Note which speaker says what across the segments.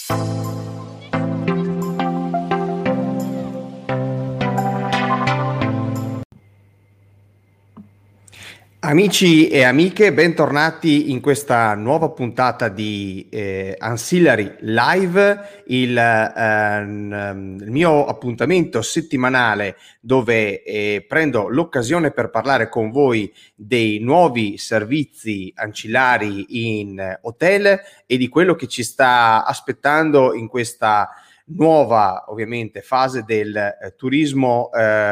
Speaker 1: Amici e amiche, bentornati in questa nuova puntata di Ancillary Live, il mio appuntamento settimanale dove prendo l'occasione per parlare con voi dei nuovi servizi ancillari in hotel e di quello che ci sta aspettando in questa nuova, ovviamente, fase del turismo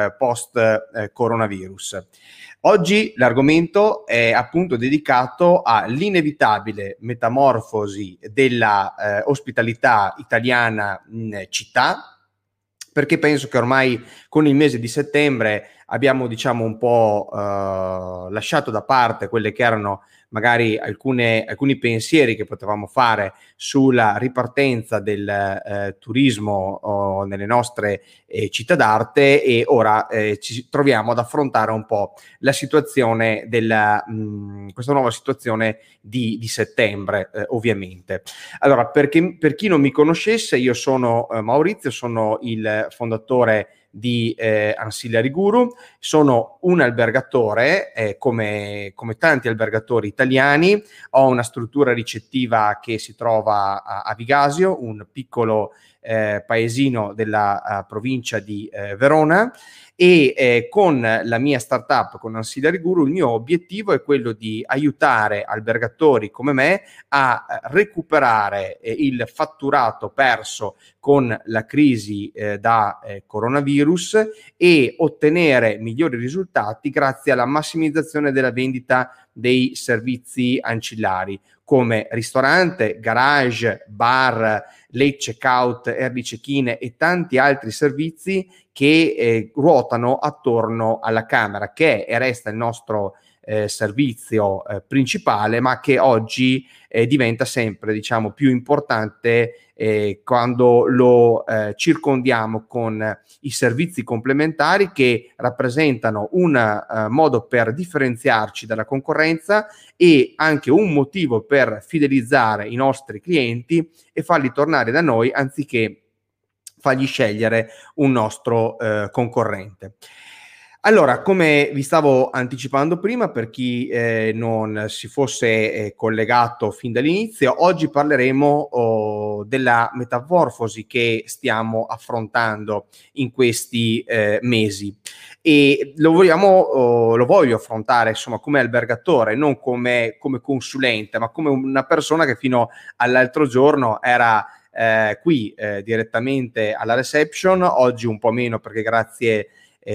Speaker 1: post coronavirus. Oggi l'argomento è appunto dedicato all'inevitabile metamorfosi della ospitalità italiana in città, perché penso che ormai con il mese di settembre abbiamo, diciamo, un po' lasciato da parte quelle che erano magari alcuni pensieri che potevamo fare sulla ripartenza del turismo nelle nostre città d'arte, e ora ci troviamo ad affrontare un po' la situazione questa nuova situazione di settembre, ovviamente. Allora, per chi non mi conoscesse, io sono Maurizio, sono il fondatore di Ancillary Guru, sono un albergatore, come tanti albergatori italiani. Ho una struttura ricettiva che si trova a Vigasio, un piccolo paesino della provincia di Verona, e con la mia startup, con Ancillary Guru, il mio obiettivo è quello di aiutare albergatori come me a recuperare il fatturato perso con la crisi da coronavirus e ottenere migliori risultati grazie alla massimizzazione della vendita dei servizi ancillari come ristorante, garage, bar, late checkout, early check-in e tanti altri servizi che ruotano attorno alla camera, che è e resta il nostro servizio principale, ma che oggi diventa sempre, diciamo, più importante quando lo circondiamo con i servizi complementari che rappresentano un modo per differenziarci dalla concorrenza e anche un motivo per fidelizzare i nostri clienti e farli tornare da noi anziché fargli scegliere un nostro concorrente. Allora, come vi stavo anticipando prima, per chi non si fosse collegato fin dall'inizio, oggi parleremo della metamorfosi che stiamo affrontando in questi mesi, e lo voglio affrontare, insomma, come albergatore, non come consulente, ma come una persona che fino all'altro giorno era qui direttamente alla reception. Oggi un po' meno, perché grazie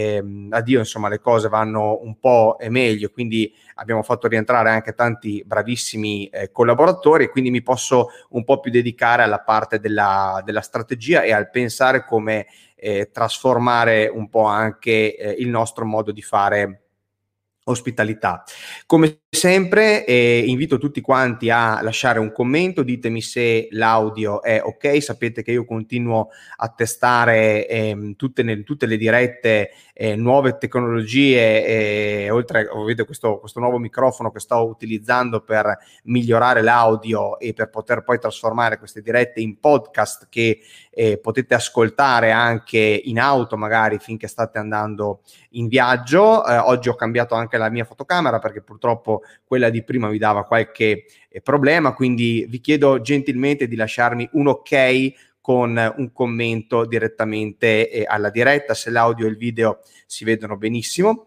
Speaker 1: a Dio, insomma, le cose vanno un po' meglio, quindi abbiamo fatto rientrare anche tanti bravissimi collaboratori, e quindi mi posso un po' più dedicare alla parte della strategia e al pensare come trasformare un po' anche il nostro modo di fare ospitalità. Come sempre invito tutti quanti a lasciare un commento, ditemi se l'audio è ok. Sapete che io continuo a testare tutte le dirette nuove tecnologie, oltre ovviamente questo nuovo microfono che sto utilizzando per migliorare l'audio e per poter poi trasformare queste dirette in podcast che potete ascoltare anche in auto, magari finché state andando in viaggio. Oggi ho cambiato anche la mia fotocamera perché purtroppo quella di prima mi dava qualche problema, quindi vi chiedo gentilmente di lasciarmi un ok con un commento direttamente alla diretta, se l'audio e il video si vedono benissimo.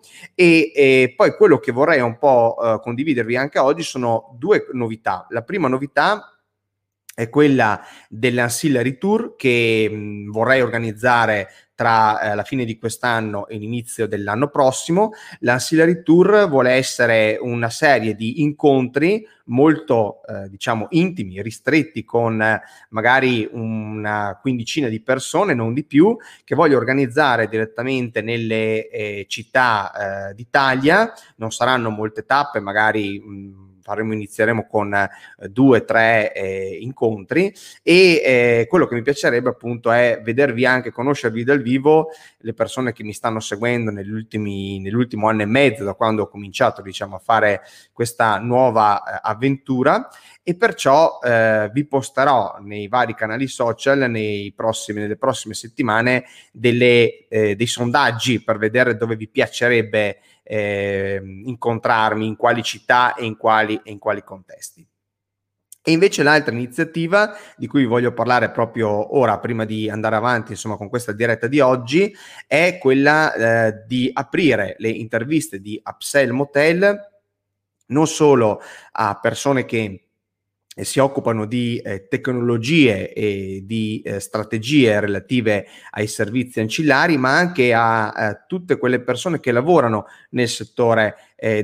Speaker 1: E poi quello che vorrei un po' condividervi anche oggi sono due novità. La prima novità è quella dell'Ancillary Tour che vorrei organizzare tra la fine di quest'anno e l'inizio dell'anno prossimo. L'Ancillary Tour vuole essere una serie di incontri molto diciamo intimi, ristretti, con magari una quindicina di persone, non di più, che voglio organizzare direttamente nelle città d'Italia. Non saranno molte tappe, magari inizieremo con 2-3 incontri, e quello che mi piacerebbe appunto è vedervi anche, conoscervi dal vivo, le persone che mi stanno seguendo nell'ultimo anno e mezzo, da quando ho cominciato, diciamo, a fare questa nuova avventura. E perciò vi posterò nei vari canali social nelle prossime settimane dei sondaggi per vedere dove vi piacerebbe incontrarmi, in quali città e in quali contesti. E invece l'altra iniziativa di cui vi voglio parlare proprio ora, prima di andare avanti, insomma, con questa diretta di oggi, è quella di aprire le interviste di Upsell Motel non solo a persone che si occupano di tecnologie e di strategie relative ai servizi ancillari, ma anche a tutte quelle persone che lavorano nel settore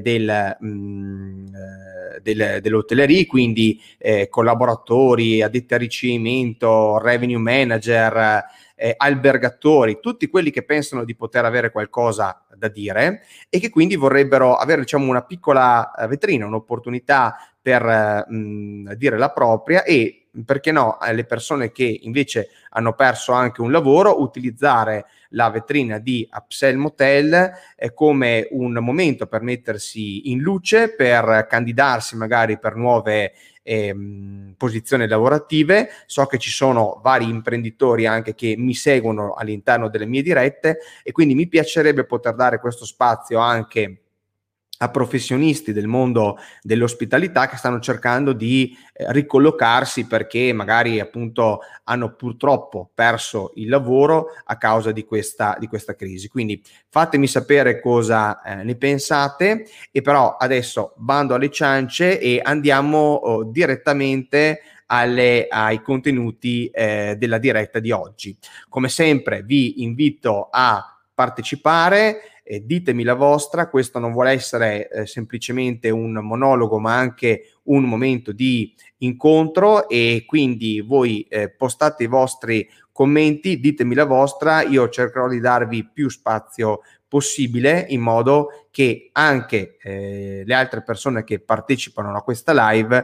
Speaker 1: dell'hotellerie, quindi collaboratori, addetti al ricevimento, revenue manager, albergatori, tutti quelli che pensano di poter avere qualcosa da dire e che quindi vorrebbero avere, diciamo, una piccola vetrina, un'opportunità per dire la propria, e perché no, le persone che invece hanno perso anche un lavoro, utilizzare la vetrina di Upsell Motel come un momento per mettersi in luce, per candidarsi magari per nuove posizioni lavorative. So che ci sono vari imprenditori anche che mi seguono all'interno delle mie dirette, e quindi mi piacerebbe poter dare questo spazio anche a professionisti del mondo dell'ospitalità che stanno cercando di ricollocarsi, perché magari appunto hanno purtroppo perso il lavoro a causa di questa crisi. Quindi fatemi sapere cosa ne pensate, e però adesso bando alle ciance e andiamo direttamente ai contenuti della diretta di oggi. Come sempre vi invito a partecipare, ditemi la vostra. Questo non vuole essere semplicemente un monologo, ma anche un momento di incontro, e quindi voi postate i vostri commenti, ditemi la vostra, io cercherò di darvi più spazio possibile, in modo che anche le altre persone che partecipano a questa live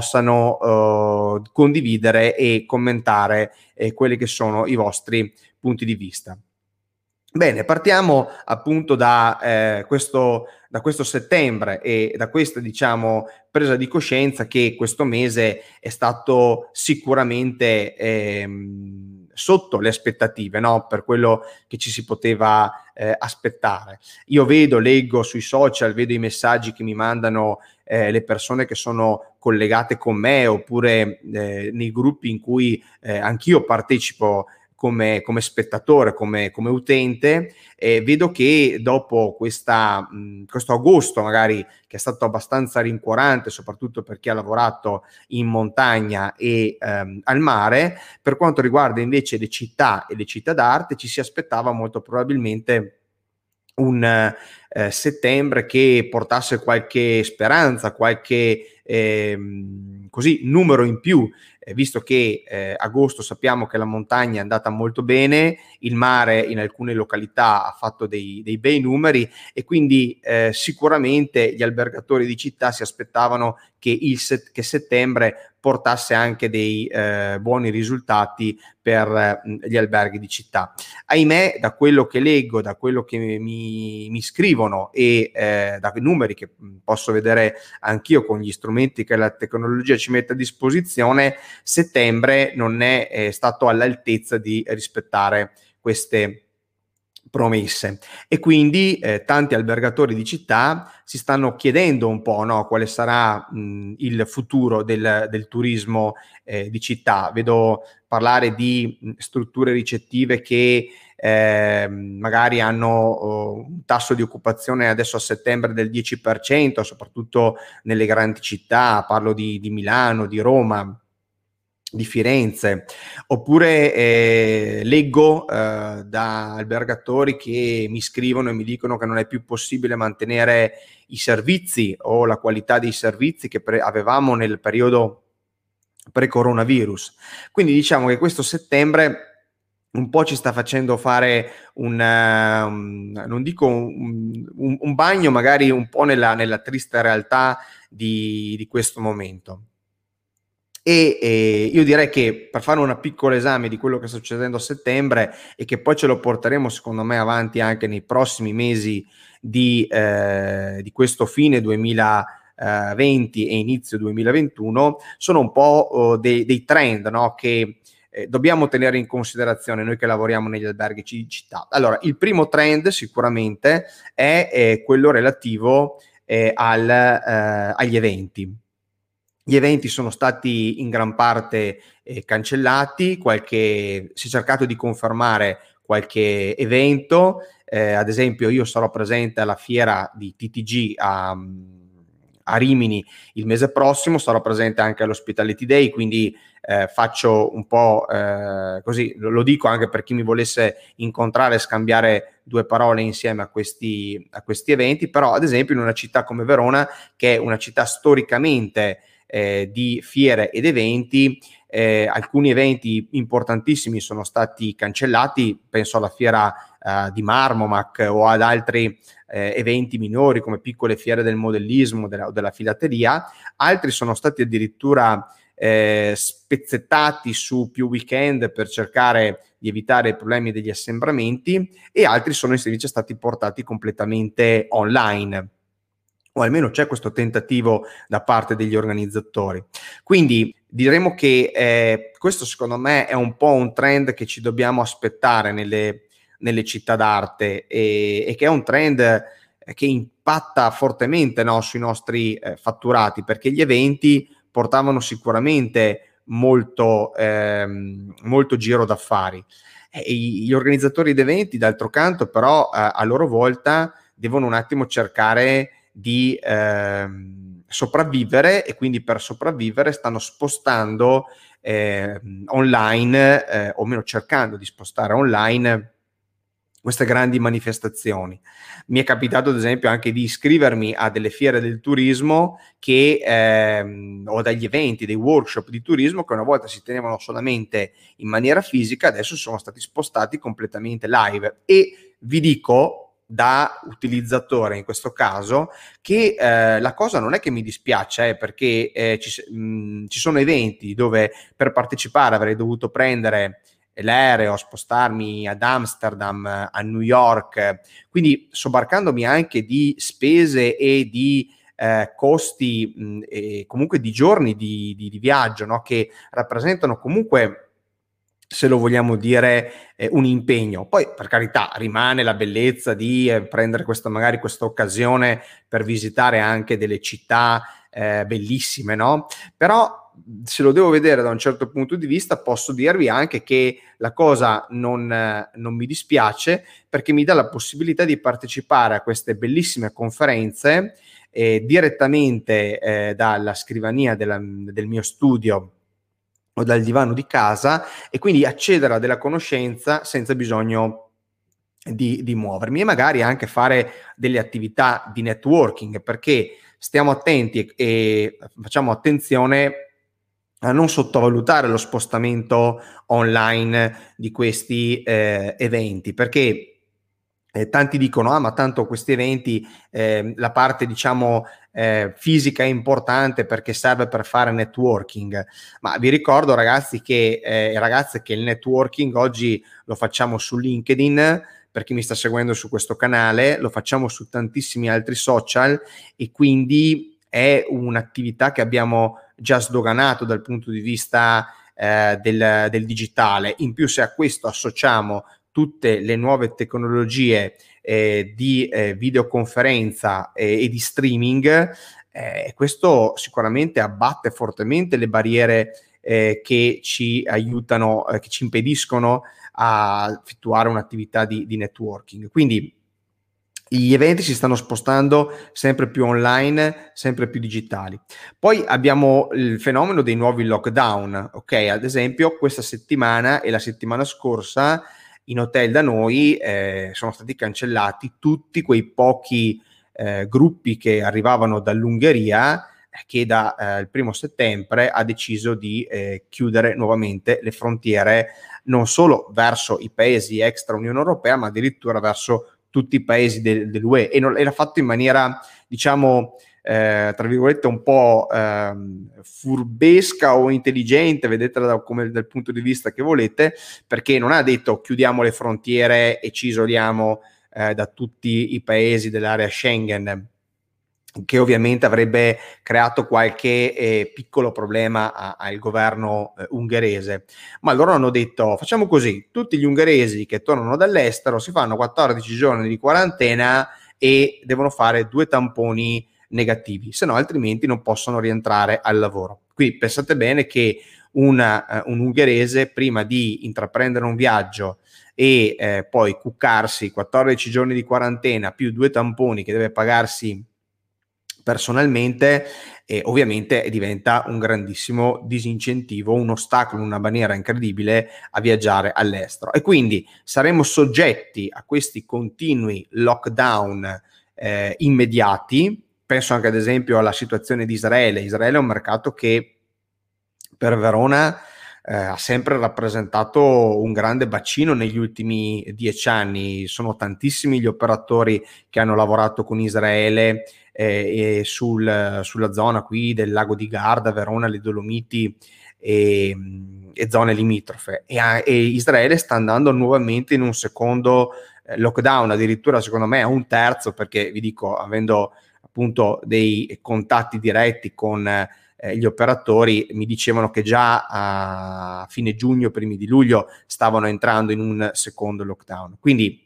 Speaker 1: possano condividere e commentare quelli che sono i vostri punti di vista. Bene, partiamo appunto da questo settembre e da questa, diciamo, presa di coscienza che questo mese è stato sicuramente sotto le aspettative, no? Per quello che ci si poteva aspettare. Io leggo sui social, vedo i messaggi che mi mandano le persone che sono collegate con me, oppure nei gruppi in cui anch'io partecipo come spettatore, come utente. Vedo che dopo questo agosto, magari, che è stato abbastanza rincuorante, soprattutto per chi ha lavorato in montagna e al mare, per quanto riguarda invece le città e le città d'arte, ci si aspettava molto probabilmente un settembre che portasse qualche speranza, qualche così numero in più, visto che agosto sappiamo che la montagna è andata molto bene, il mare in alcune località ha fatto dei bei numeri, e quindi sicuramente gli albergatori di città si aspettavano che settembre portasse anche dei buoni risultati per gli alberghi di città. Ahimè, da quello che leggo, da quello che mi scrivono, e dai numeri che posso vedere anch'io con gli strumenti che la tecnologia ci mette a disposizione, settembre non è stato all'altezza di rispettare queste promesse, e quindi tanti albergatori di città si stanno chiedendo un po', no, quale sarà il futuro del turismo di città. Vedo parlare di strutture ricettive che magari hanno un tasso di occupazione adesso a settembre del 10%, soprattutto nelle grandi città, parlo di Milano, di Roma, di Firenze. Oppure leggo da albergatori che mi scrivono e mi dicono che non è più possibile mantenere i servizi o la qualità dei servizi che avevamo nel periodo pre-coronavirus. Quindi diciamo che questo settembre un po' ci sta facendo fare non dico un bagno, magari un po' nella triste realtà di questo momento. Io direi che per fare un piccolo esame di quello che sta succedendo a settembre e che poi ce lo porteremo secondo me avanti anche nei prossimi mesi di questo fine 2020 e inizio 2021, sono un po' dei trend, no, che dobbiamo tenere in considerazione noi che lavoriamo negli alberghi di città. Allora, il primo trend sicuramente è quello relativo agli eventi. Gli eventi sono stati in gran parte cancellati, si è cercato di confermare qualche evento, ad esempio io sarò presente alla fiera di TTG a Rimini il mese prossimo, sarò presente anche all'Hospitality Day, quindi faccio un po' così, lo dico anche per chi mi volesse incontrare e scambiare due parole insieme a questi eventi, però ad esempio in una città come Verona, che è una città storicamente di fiere ed eventi, alcuni eventi importantissimi sono stati cancellati, penso alla fiera di Marmomac o ad altri eventi minori come piccole fiere del modellismo o della filateria, altri sono stati addirittura spezzettati su più weekend per cercare di evitare i problemi degli assembramenti, e altri sono invece stati portati completamente online, o almeno c'è questo tentativo da parte degli organizzatori. Quindi diremo che questo secondo me è un po' un trend che ci dobbiamo aspettare nelle città d'arte, e che è un trend che impatta fortemente, no, sui nostri fatturati, perché gli eventi portavano sicuramente molto giro d'affari. Gli organizzatori di eventi, d'altro canto, però a loro volta devono un attimo cercare di sopravvivere, e quindi per sopravvivere stanno spostando online, o meno cercando di spostare online queste grandi manifestazioni. Mi è capitato ad esempio anche di iscrivermi a delle fiere del turismo o dagli eventi, dei workshop di turismo che una volta si tenevano solamente in maniera fisica, adesso sono stati spostati completamente live, e vi dico da utilizzatore in questo caso che la cosa non è che mi dispiace, perché ci sono eventi dove per partecipare avrei dovuto prendere l'aereo, spostarmi ad Amsterdam, a New York, quindi sobbarcandomi anche di spese e di costi e comunque di giorni di viaggio, no? Che rappresentano comunque, se lo vogliamo dire, un impegno. Poi per carità rimane la bellezza di prendere magari questa occasione per visitare anche delle città bellissime, no? Però se lo devo vedere da un certo punto di vista, posso dirvi anche che la cosa non mi dispiace, perché mi dà la possibilità di partecipare a queste bellissime conferenze direttamente dalla scrivania del mio studio o dal divano di casa, e quindi accedere a della conoscenza senza bisogno di muovermi, e magari anche fare delle attività di networking, perché stiamo attenti e facciamo attenzione a non sottovalutare lo spostamento online di questi eventi, perché tanti dicono: ah, ma tanto questi eventi, la parte diciamo fisica è importante perché serve per fare networking. Ma vi ricordo, ragazzi e ragazze, che il networking oggi lo facciamo su LinkedIn, per chi mi sta seguendo su questo canale, lo facciamo su tantissimi altri social, e quindi è un'attività che abbiamo già sdoganato dal punto di vista del digitale. In più, se a questo associamo tutte le nuove tecnologie di videoconferenza e di streaming, questo sicuramente abbatte fortemente le barriere che ci aiutano, che ci impediscono a effettuare un'attività di networking. Quindi gli eventi si stanno spostando sempre più online, sempre più digitali. Poi abbiamo il fenomeno dei nuovi lockdown, ok? Ad esempio questa settimana e la settimana scorsa in hotel da noi sono stati cancellati tutti quei pochi gruppi che arrivavano dall'Ungheria che da il 1° settembre ha deciso di chiudere nuovamente le frontiere non solo verso i paesi extra Unione Europea, ma addirittura verso tutti i paesi dell'UE, e l'ha fatto in maniera, diciamo, tra virgolette un po' furbesca o intelligente, vedetela dal punto di vista che volete, perché non ha detto chiudiamo le frontiere e ci isoliamo da tutti i paesi dell'area Schengen, che ovviamente avrebbe creato qualche piccolo problema al governo ungherese. Ma loro hanno detto facciamo così: tutti gli ungheresi che tornano dall'estero si fanno 14 giorni di quarantena e devono fare 2 tamponi negativi, se no altrimenti non possono rientrare al lavoro. Quindi pensate bene che un ungherese, prima di intraprendere un viaggio e poi cuccarsi 14 giorni di quarantena più 2 tamponi che deve pagarsi personalmente, ovviamente diventa un grandissimo disincentivo, un ostacolo, una barriera incredibile a viaggiare all'estero, e quindi saremo soggetti a questi continui lockdown immediati. Penso anche ad esempio alla situazione di Israele. Israele è un mercato che per Verona ha sempre rappresentato un grande bacino negli ultimi 10 anni. Sono tantissimi gli operatori che hanno lavorato con Israele e sulla zona qui del lago di Garda, Verona, le Dolomiti e zone limitrofe, e Israele sta andando nuovamente in un secondo lockdown, addirittura secondo me a un terzo, perché vi dico, avendo appunto dei contatti diretti con gli operatori, mi dicevano che già a fine giugno, primi di luglio stavano entrando in un secondo lockdown. Quindi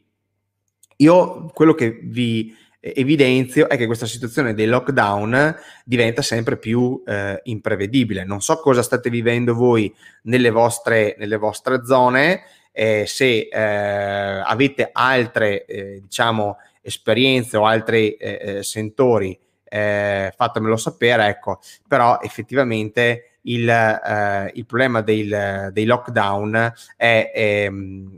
Speaker 1: io quello che vi evidenzio è che questa situazione dei lockdown diventa sempre più imprevedibile. Non so cosa state vivendo voi nelle vostre zone, se avete altre diciamo esperienze o altri sentori, fatemelo sapere, ecco. Però effettivamente il problema dei lockdown è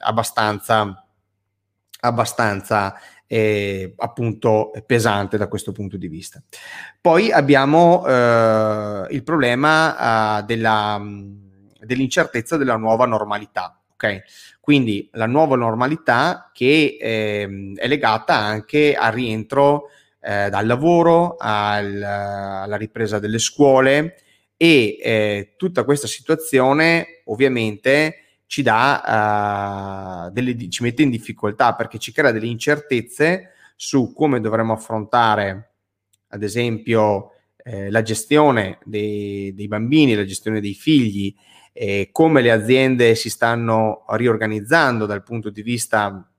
Speaker 1: abbastanza appunto pesante da questo punto di vista. Poi abbiamo il problema dell'incertezza della nuova normalità, ok? Quindi la nuova normalità che è legata anche al rientro dal lavoro, alla ripresa delle scuole, e tutta questa situazione ovviamente ci mette in difficoltà, perché ci crea delle incertezze su come dovremo affrontare ad esempio la gestione dei bambini, la gestione dei figli, come le aziende si stanno riorganizzando dal punto di vista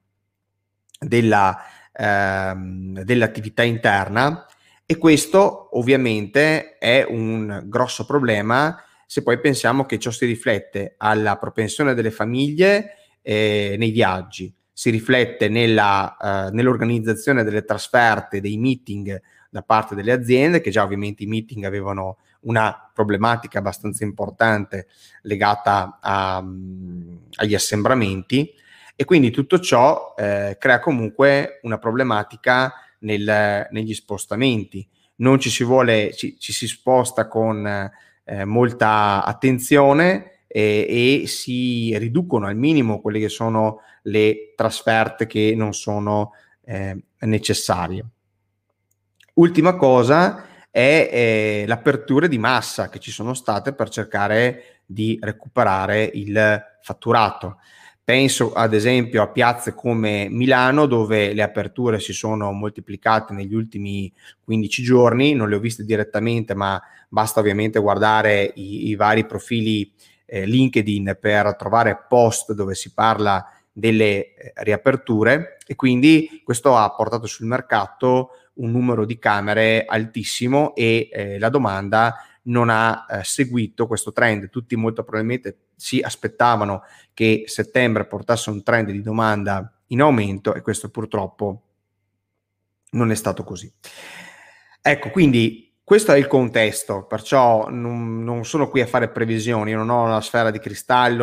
Speaker 1: dell'attività interna, e questo ovviamente è un grosso problema se poi pensiamo che ciò si riflette alla propensione delle famiglie nei viaggi, si riflette nell'organizzazione delle trasferte, dei meeting da parte delle aziende, che già ovviamente i meeting avevano una problematica abbastanza importante legata agli assembramenti, e quindi tutto ciò crea comunque una problematica negli spostamenti. Non ci si sposta con molta attenzione e si riducono al minimo quelle che sono le trasferte che non sono necessarie. Ultima cosa è l'apertura di massa che ci sono state per cercare di recuperare il fatturato. Penso ad esempio a piazze come Milano, dove le aperture si sono moltiplicate negli ultimi 15 giorni. Non le ho viste direttamente, ma basta ovviamente guardare i vari profili LinkedIn per trovare post dove si parla delle riaperture, e quindi questo ha portato sul mercato un numero di camere altissimo, e la domanda non ha seguito questo trend. Tutti molto probabilmente si aspettavano che settembre portasse un trend di domanda in aumento, e questo purtroppo non è stato così. Ecco, quindi questo è il contesto, perciò non sono qui a fare previsioni, non ho una sfera di cristallo,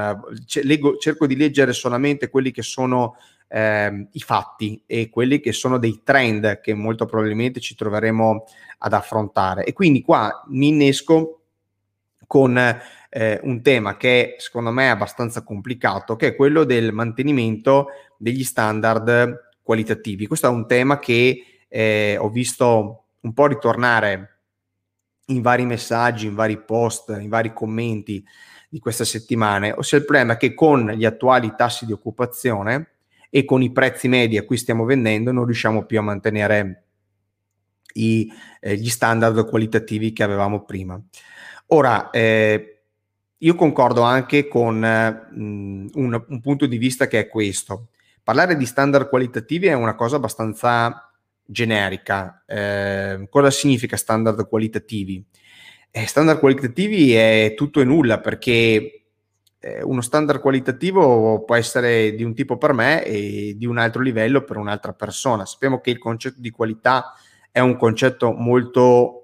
Speaker 1: cerco di leggere solamente quelli che sono i fatti e quelli che sono dei trend che molto probabilmente ci troveremo ad affrontare. E quindi qua mi innesco con un tema che secondo me è abbastanza complicato, che è quello del mantenimento degli standard qualitativi. Questo è un tema che ho visto un po' ritornare in vari messaggi, in vari post, in vari commenti di queste settimane, ossia il problema è che con gli attuali tassi di occupazione e con i prezzi medi a cui stiamo vendendo non riusciamo più a mantenere gli standard qualitativi che avevamo prima. Ora, io concordo anche con un punto di vista che è questo. Parlare di standard qualitativi è una cosa abbastanza generica. Cosa significa standard qualitativi? Standard qualitativi è tutto e nulla, perché uno standard qualitativo può essere di un tipo per me e di un altro livello per un'altra persona. Sappiamo che il concetto di qualità è un concetto molto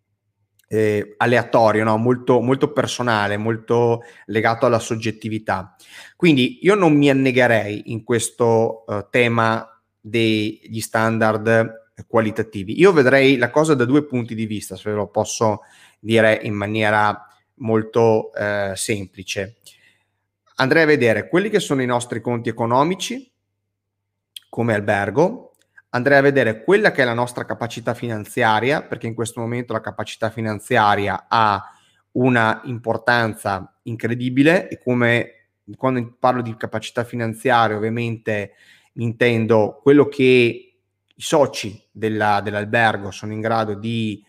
Speaker 1: aleatorio, no? Molto, molto personale, molto legato alla soggettività. Quindi io non mi annegherei in questo tema degli standard qualitativi. Io vedrei la cosa da due punti di vista, se ve lo posso dire in maniera molto semplice. Andrei a vedere quelli che sono i nostri conti economici come albergo, andrei a vedere quella che è la nostra capacità finanziaria, perché in questo momento la capacità finanziaria ha una importanza incredibile, e come quando parlo di capacità finanziaria ovviamente intendo quello che i soci dell'albergo sono in grado di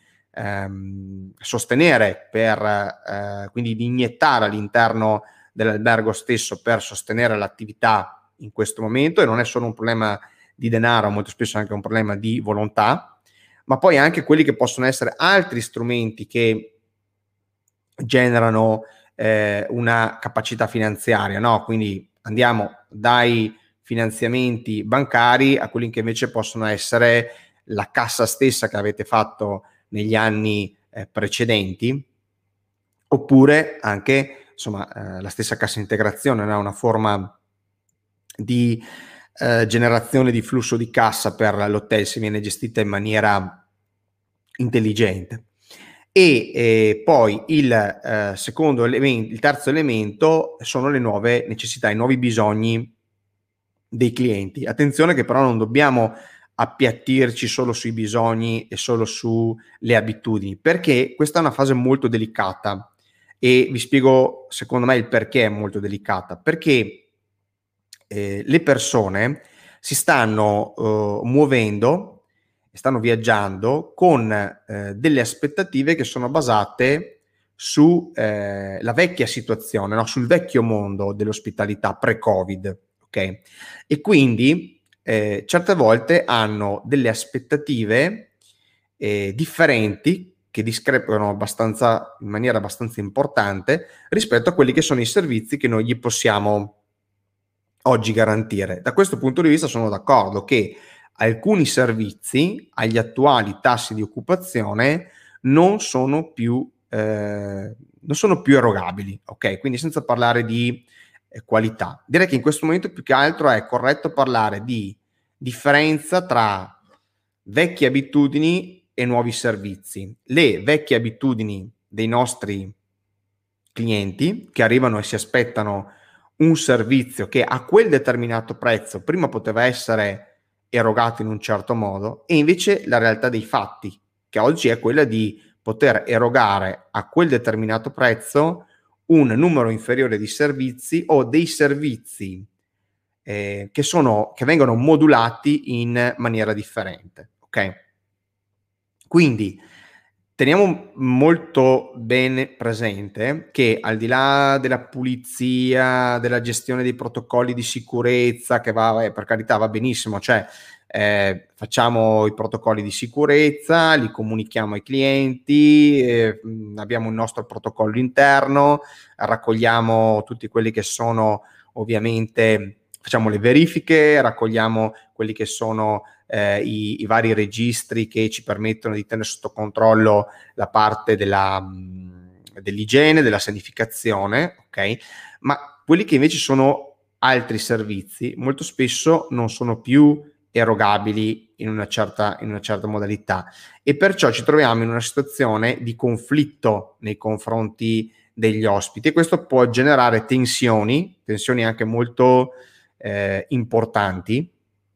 Speaker 1: sostenere quindi di iniettare all'interno dell'albergo stesso per sostenere l'attività in questo momento, e non è solo un problema di denaro, molto spesso è anche un problema di volontà, ma poi anche quelli che possono essere altri strumenti che generano una capacità finanziaria, no? Quindi andiamo dai finanziamenti bancari a quelli che invece possono essere la cassa stessa che avete fatto negli anni precedenti, oppure anche insomma la stessa cassa integrazione, no? Una forma di generazione di flusso di cassa per l'hotel se viene gestita in maniera intelligente. E poi il secondo elemento, il terzo elemento sono le nuove necessità, i nuovi bisogni dei clienti. Attenzione che però non dobbiamo appiattirci solo sui bisogni e solo sulle abitudini, perché questa è una fase molto delicata, e vi spiego secondo me il perché è molto delicata. Perché le persone si stanno muovendo, stanno viaggiando con delle aspettative che sono basate su la vecchia situazione, no? Sul vecchio mondo dell'ospitalità pre-Covid, ok? E quindi certe volte hanno delle aspettative differenti, che discrepano in maniera abbastanza importante rispetto a quelli che sono i servizi che noi gli possiamo oggi garantire. Da questo punto di vista sono d'accordo che alcuni servizi agli attuali tassi di occupazione non sono più erogabili, ok? Quindi senza parlare di qualità. Direi che in questo momento più che altro è corretto parlare di differenza tra vecchie abitudini e nuovi servizi. Le vecchie abitudini dei nostri clienti che arrivano e si aspettano un servizio che a quel determinato prezzo prima poteva essere erogato in un certo modo, e invece la realtà dei fatti, che oggi è quella di poter erogare a quel determinato prezzo un numero inferiore di servizi, o dei servizi che vengono modulati in maniera differente, ok? Quindi teniamo molto bene presente che, al di là della pulizia, della gestione dei protocolli di sicurezza, che per carità va benissimo, cioè facciamo i protocolli di sicurezza, li comunichiamo ai clienti, abbiamo il nostro protocollo interno, raccogliamo tutti quelli che sono ovviamente facciamo le verifiche, raccogliamo quelli che sono i vari registri che ci permettono di tenere sotto controllo la parte dell'igiene, della sanificazione, ok? Ma quelli che invece sono altri servizi molto spesso non sono più erogabili in una certa modalità, e perciò ci troviamo in una situazione di conflitto nei confronti degli ospiti, e questo può generare tensioni anche molto importanti,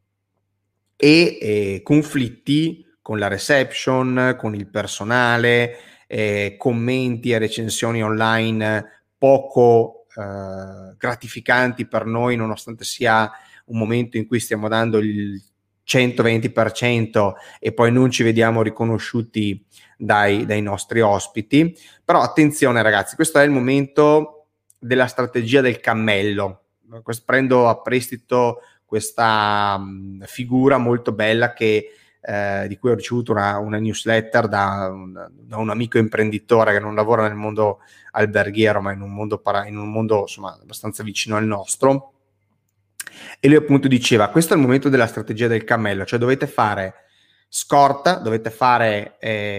Speaker 1: e conflitti con la reception, con il personale, commenti e recensioni online poco gratificanti per noi, nonostante sia un momento in cui stiamo dando il 120% e poi non ci vediamo riconosciuti dai nostri ospiti. Però attenzione ragazzi, questo è il momento della strategia del cammello. Prendo a prestito questa figura molto bella di cui ho ricevuto una newsletter da un amico imprenditore che non lavora nel mondo alberghiero, ma in un mondo insomma abbastanza vicino al nostro, e lui appunto diceva: questo è il momento della strategia del cammello, cioè dovete fare scorta, dovete fare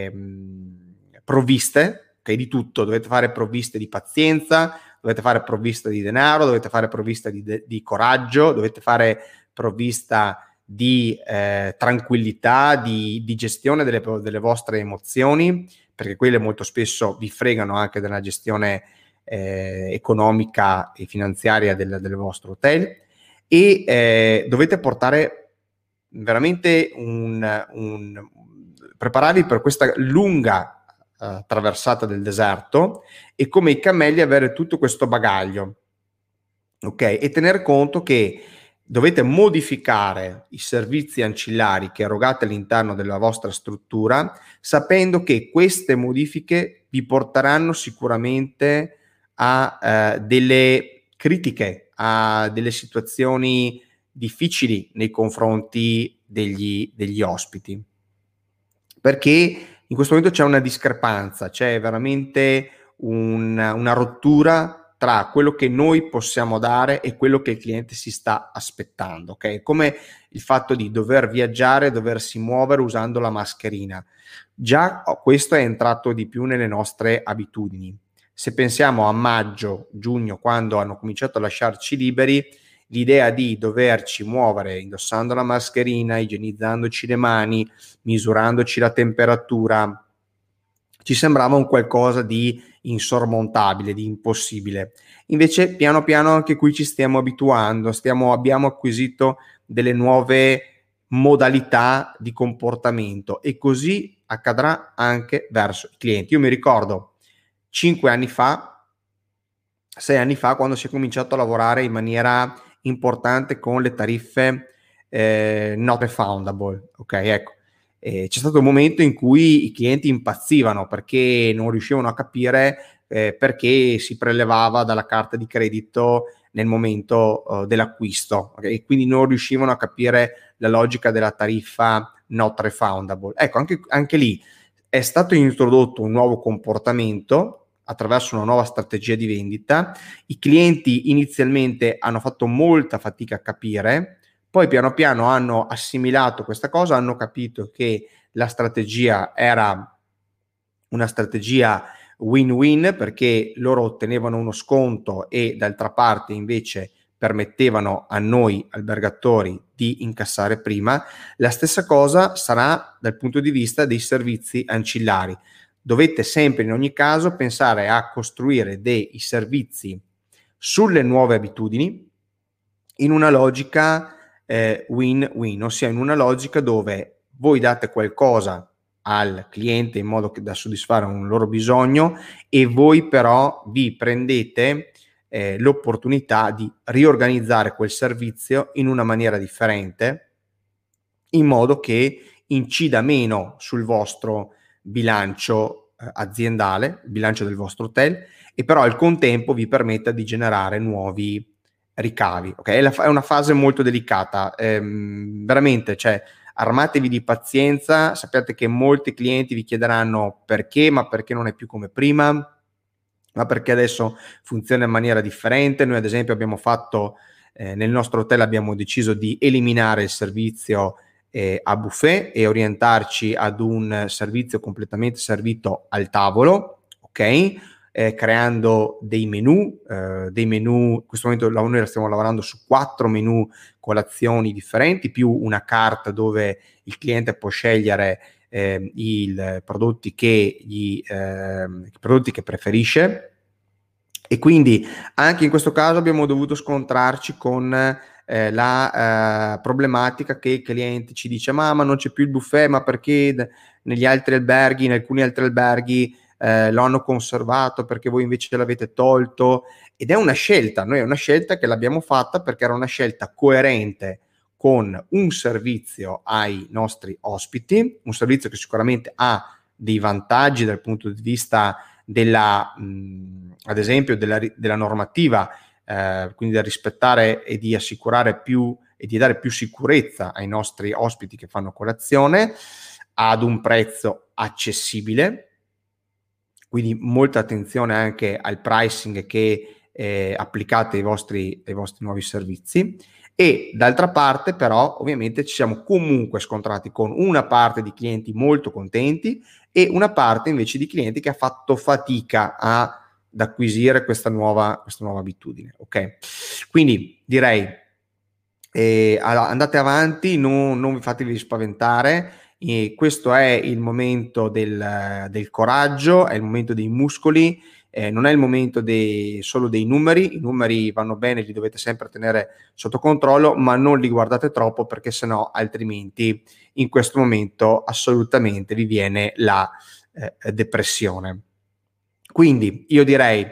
Speaker 1: provviste, ok, di tutto, dovete fare provviste di pazienza, dovete fare provvista di denaro, dovete fare provvista di coraggio, dovete fare provvista di tranquillità, di gestione delle vostre emozioni, perché quelle molto spesso vi fregano anche della gestione economica e finanziaria del vostro hotel, e dovete portare veramente prepararvi per questa lunga traversata del deserto, e come i cammelli avere tutto questo bagaglio, ok? E tener conto che dovete modificare i servizi ancillari che erogate all'interno della vostra struttura, sapendo che queste modifiche vi porteranno sicuramente a delle critiche, a delle situazioni difficili nei confronti degli ospiti, perché in questo momento c'è una discrepanza, c'è veramente una rottura tra quello che noi possiamo dare e quello che il cliente si sta aspettando, ok? Come il fatto di dover viaggiare, doversi muovere usando la mascherina. Già questo è entrato di più nelle nostre abitudini. Se pensiamo a maggio, giugno, quando hanno cominciato a lasciarci liberi, l'idea di doverci muovere indossando la mascherina, igienizzandoci le mani, misurandoci la temperatura, ci sembrava un qualcosa di insormontabile, di impossibile. Invece piano piano anche qui ci stiamo abituando, abbiamo acquisito delle nuove modalità di comportamento, e così accadrà anche verso i clienti. Io mi ricordo 5 anni fa, 6 anni fa, quando si è cominciato a lavorare in maniera importante con le tariffe not refundable, ok? Ecco, c'è stato un momento in cui i clienti impazzivano perché non riuscivano a capire perché si prelevava dalla carta di credito nel momento dell'acquisto, okay? E quindi non riuscivano a capire la logica della tariffa not refundable. Ecco, anche lì è stato introdotto un nuovo comportamento attraverso una nuova strategia di vendita. I clienti inizialmente hanno fatto molta fatica a capire, poi piano piano hanno assimilato questa cosa, hanno capito che la strategia era una strategia win-win, perché loro ottenevano uno sconto e d'altra parte invece permettevano a noi albergatori di incassare prima. La stessa cosa sarà dal punto di vista dei servizi ancillari. Dovete sempre in ogni caso pensare a costruire dei servizi sulle nuove abitudini in una logica win-win, ossia in una logica dove voi date qualcosa al cliente in modo da soddisfare un loro bisogno, e voi però vi prendete l'opportunità di riorganizzare quel servizio in una maniera differente, in modo che incida meno sul vostro bilancio aziendale, il bilancio del vostro hotel, e però al contempo vi permetta di generare nuovi ricavi. Okay? È una fase molto delicata, veramente, cioè armatevi di pazienza, sappiate che molti clienti vi chiederanno perché, ma perché non è più come prima, ma perché adesso funziona in maniera differente. Noi ad esempio abbiamo fatto nel nostro hotel abbiamo deciso di eliminare il servizio a buffet e orientarci ad un servizio completamente servito al tavolo, ok? Creando dei menu, in questo momento noi stiamo lavorando su 4 menu colazioni differenti, più una carta dove il cliente può scegliere i prodotti che preferisce. E quindi anche in questo caso abbiamo dovuto scontrarci con la problematica che il cliente ci dice ma non c'è più il buffet, ma perché in alcuni altri alberghi lo hanno conservato, perché voi invece l'avete tolto? Ed è una scelta, noi è una scelta che l'abbiamo fatta perché era una scelta coerente con un servizio ai nostri ospiti, un servizio che sicuramente ha dei vantaggi dal punto di vista ad esempio della normativa, quindi da rispettare e di assicurare più e di dare più sicurezza ai nostri ospiti che fanno colazione ad un prezzo accessibile, quindi molta attenzione anche al pricing che applicate ai vostri nuovi servizi. E d'altra parte però ovviamente ci siamo comunque scontrati con una parte di clienti molto contenti e una parte invece di clienti che ha fatto fatica ad acquisire questa nuova abitudine, ok? Quindi direi andate avanti, non vi fatevi spaventare, questo è il momento del coraggio, è il momento dei muscoli, non è il momento solo dei numeri. I numeri vanno bene, li dovete sempre tenere sotto controllo, ma non li guardate troppo, perché sennò altrimenti in questo momento assolutamente vi viene la depressione. Quindi io direi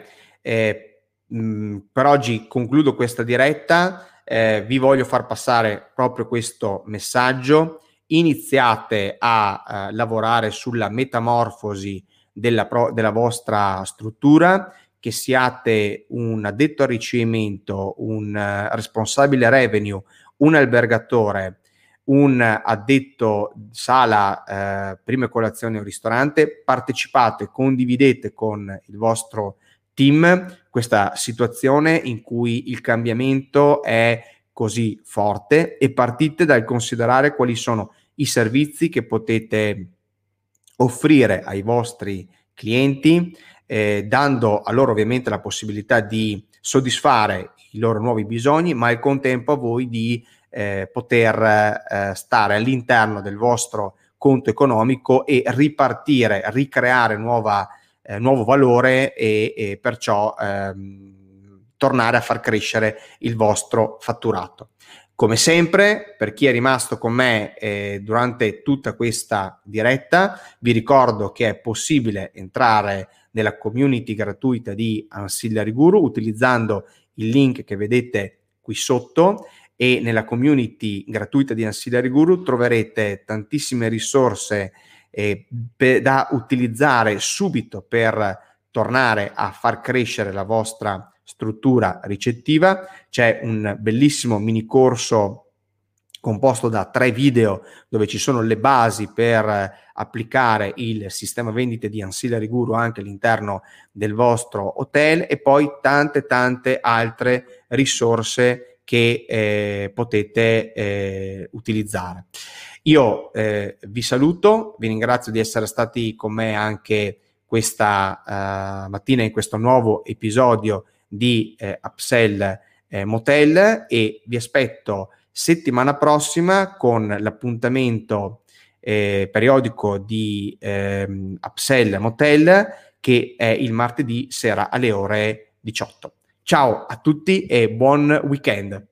Speaker 1: per oggi concludo questa diretta, vi voglio far passare proprio questo messaggio: iniziate a lavorare sulla metamorfosi della vostra struttura, che siate un addetto al ricevimento, un responsabile revenue, un albergatore, un addetto sala, prime colazioni o ristorante. Partecipate, condividete con il vostro team questa situazione in cui il cambiamento è così forte, e partite dal considerare quali sono i servizi che potete offrire ai vostri clienti, dando a loro ovviamente la possibilità di soddisfare i loro nuovi bisogni, ma al contempo a voi di poter stare all'interno del vostro conto economico e ripartire, ricreare nuovo valore e perciò tornare a far crescere il vostro fatturato. Come sempre, per chi è rimasto con me durante tutta questa diretta, vi ricordo che è possibile entrare nella community gratuita di Ancillary Guru utilizzando il link che vedete qui sotto, e nella community gratuita di Ancillary Guru troverete tantissime risorse da utilizzare subito per tornare a far crescere la vostra struttura ricettiva. C'è un bellissimo mini corso composto da 3 video dove ci sono le basi per applicare il sistema vendite di Ancillary Guru anche all'interno del vostro hotel, e poi tante altre risorse che potete utilizzare. Io vi saluto, vi ringrazio di essere stati con me anche questa mattina in questo nuovo episodio di Upsell Motel, e vi aspetto settimana prossima con l'appuntamento periodico di Upsell Motel, che è il martedì sera alle ore 18. Ciao a tutti e buon weekend.